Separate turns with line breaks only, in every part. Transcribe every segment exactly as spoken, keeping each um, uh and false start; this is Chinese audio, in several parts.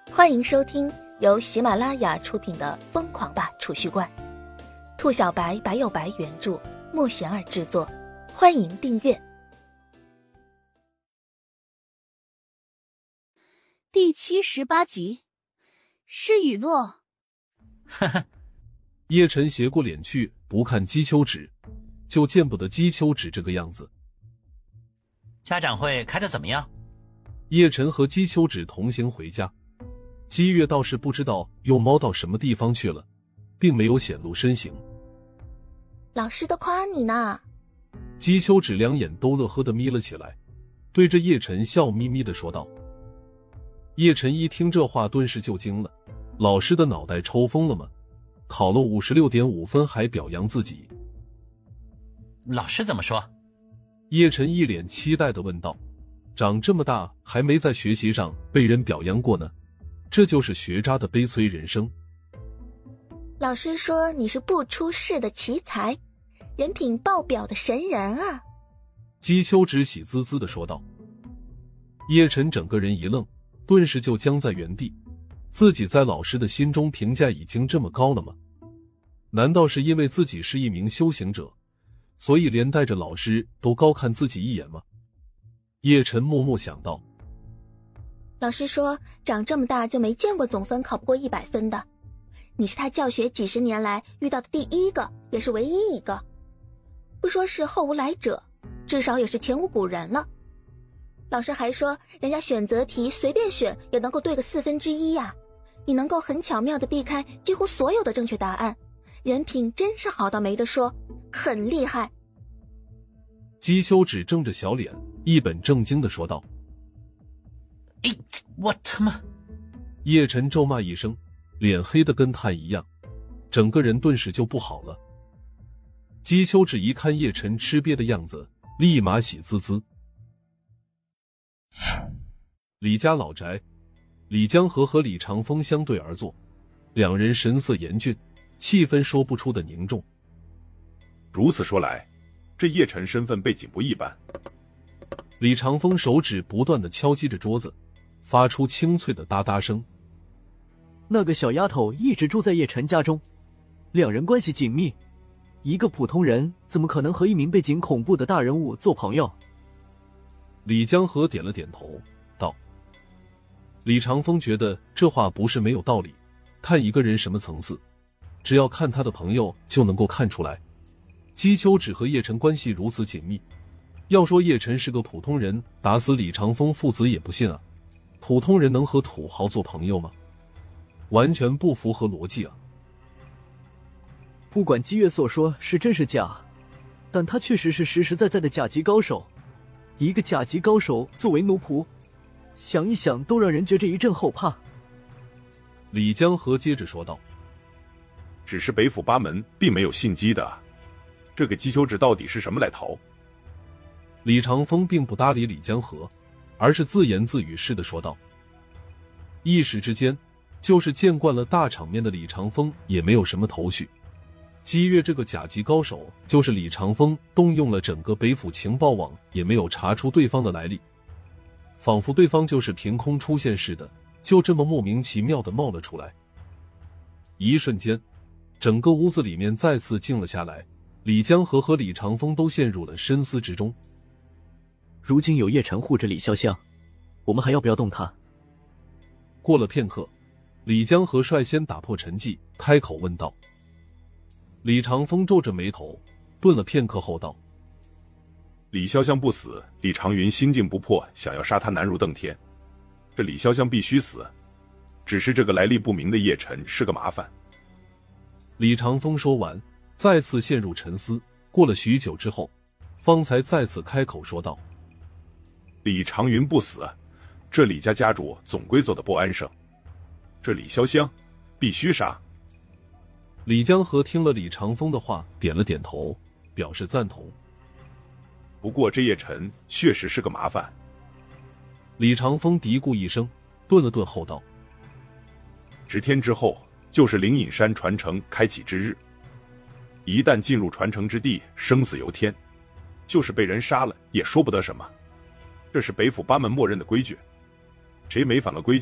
欢迎收听由喜马拉雅出品的《疯狂吧储蓄罐》，兔小白白有白原著，莫贤儿制作。欢迎订阅。
第七十八集，是雨落。
哈哈，叶晨斜过脸去，不看姬秋芷，就见不得姬秋芷这个样子。
家长会开得怎么样？
叶晨和姬秋芷同行回家，姬月倒是不知道又猫到什么地方去了，并没有显露身形。
老师都夸你呢。
姬秋芷两眼都乐呵地眯了起来，对着叶晨笑眯眯地说道。叶晨一听这话顿时就惊了，老师的脑袋抽风了吗？考了 五十六点五 分还表扬自己。
老师怎么说？
叶晨一脸期待地问道。长这么大还没在学习上被人表扬过呢，这就是学渣的悲催人生。
老师说你是不出世的奇才，人品爆表的神人啊。
姬秋芷喜滋滋地说道。叶晨整个人一愣，顿时就僵在原地，自己在老师的心中评价已经这么高了吗？难道是因为自己是一名修行者，所以连带着老师都高看自己一眼吗？叶晨默默想到。
老师说长这么大就没见过总分考不过一百分的，你是他教学几十年来遇到的第一个，也是唯一一个。不说是后无来者，至少也是前无古人了。老师还说人家选择题随便选也能够对个四分之一呀，你能够很巧妙地避开几乎所有的正确答案，人品真是好到没得说，很厉害。
姬秋芷正着小脸一本正经地说道。
诶，我他妈！
叶晨咒骂一声，脸黑得跟炭一样，整个人顿时就不好了。姬秋芷一看叶晨吃瘪的样子，立马喜滋滋。李家老宅，李江河和李长风相对而坐，两人神色严峻，气氛说不出的凝重。
如此说来，这叶晨身份背景不一般。
李长风手指不断地敲击着桌子，发出清脆的哒哒声。
那个小丫头一直住在叶晨家中，两人关系紧密，一个普通人怎么可能和一名背景恐怖的大人物做朋友？
李江河点了点头，道。李长风觉得这话不是没有道理，看一个人什么层次，只要看他的朋友就能够看出来。姬秋芷和叶晨关系如此紧密，要说叶晨是个普通人，打死李长风父子也不信啊。普通人能和土豪做朋友吗？完全不符合逻辑啊。
不管姬月所说是真是假，但他确实是实实在在的甲级高手。一个甲级高手作为奴仆，想一想都让人觉着一阵后怕。
李江河接着说道。
只是北府八门并没有姓姬的，这个姬秋芷到底是什么来头？
李长风并不搭理李江河，而是自言自语似的说道。一时之间，就是见惯了大场面的李长风也没有什么头绪。姬月这个甲级高手，就是李长风动用了整个北府情报网，也没有查出对方的来历，仿佛对方就是凭空出现似的，就这么莫名其妙的冒了出来。一瞬间，整个屋子里面再次静了下来，李江河和李长风都陷入了深思之中。
如今有叶晨护着李潇湘，我们还要不要动他？
过了片刻，李江河率先打破沉寂，开口问道。李长风皱着眉头，顿了片刻后道。
李潇湘不死，李长云心境不破，想要杀他难如登天。这李潇湘必须死，只是这个来历不明的叶晨是个麻烦。
李长风说完，再次陷入沉思，过了许久之后，方才再次开口说道。
李长云不死，这李家家主总归做得不安生，这李潇湘必须杀。
李江河听了李长风的话，点了点头，表示赞同。
不过这叶晨确实是个麻烦。
李长风嘀咕一声，顿了顿后道。
十天之后就是灵隐山传承开启之日，一旦进入传承之地，生死由天，就是被人杀了也说不得什么，这是北府八门默认的规矩，谁违反了规矩，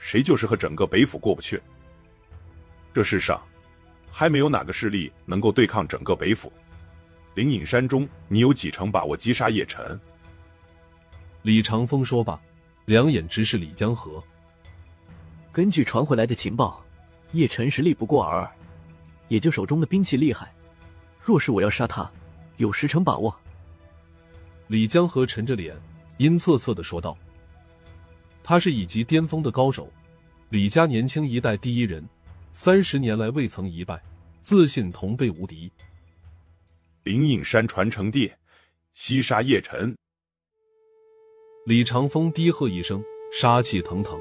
谁就是和整个北府过不去。这世上还没有哪个势力能够对抗整个北府。灵隐山中，你有几成把握击杀叶辰？
李长风说罢，两眼直视李江河。
根据传回来的情报，叶辰实力不过尔尔，也就手中的兵器厉害。若是我要杀他，有十成把握。
李江河沉着脸，阴恻恻地说道：“他是以级巅峰的高手，李家年轻一代第一人，三十年来未曾一败，自信同辈无敌。”
灵隐山传承地，西杀叶辰。
李长风低喝一声，杀气腾腾。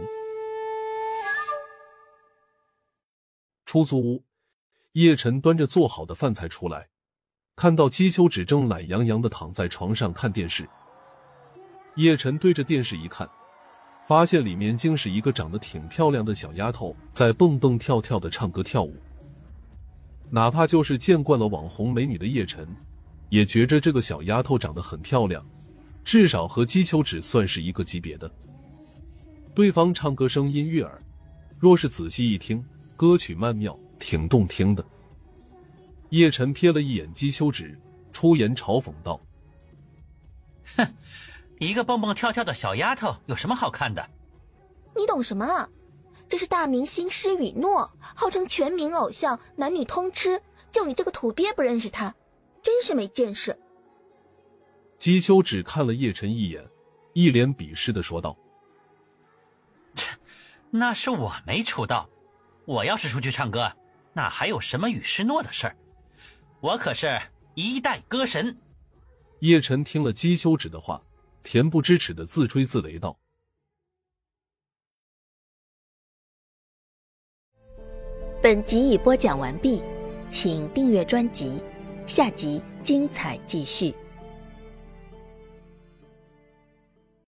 出租屋，叶辰端着做好的饭菜出来，看到姬秋芷正懒洋洋地躺在床上看电视。叶辰对着电视一看，发现里面竟是一个长得挺漂亮的小丫头在蹦蹦跳跳地唱歌跳舞。哪怕就是见惯了网红美女的叶辰，也觉着这个小丫头长得很漂亮，至少和姬秋芷算是一个级别的。对方唱歌声音悦耳，若是仔细一听，歌曲曼妙，挺动听的。叶辰瞥了一眼姬秋芷，出言嘲讽道：“
哼，一个蹦蹦跳跳的小丫头有什么好看的？
你懂什么啊？这是大明星施雨诺，号称全民偶像，男女通吃，就你这个土鳖不认识他，真是没见识。”
姬秋芷看了叶辰一眼，一脸鄙视地说道：“
那是我没出道，我要是出去唱歌，那还有什么雨诗诺的事儿？我可是一代歌神。”
叶辰听了姬秋芷的话，恬不知耻地自吹自擂道：“
本集已播讲完毕，请订阅专辑，下集精彩继续。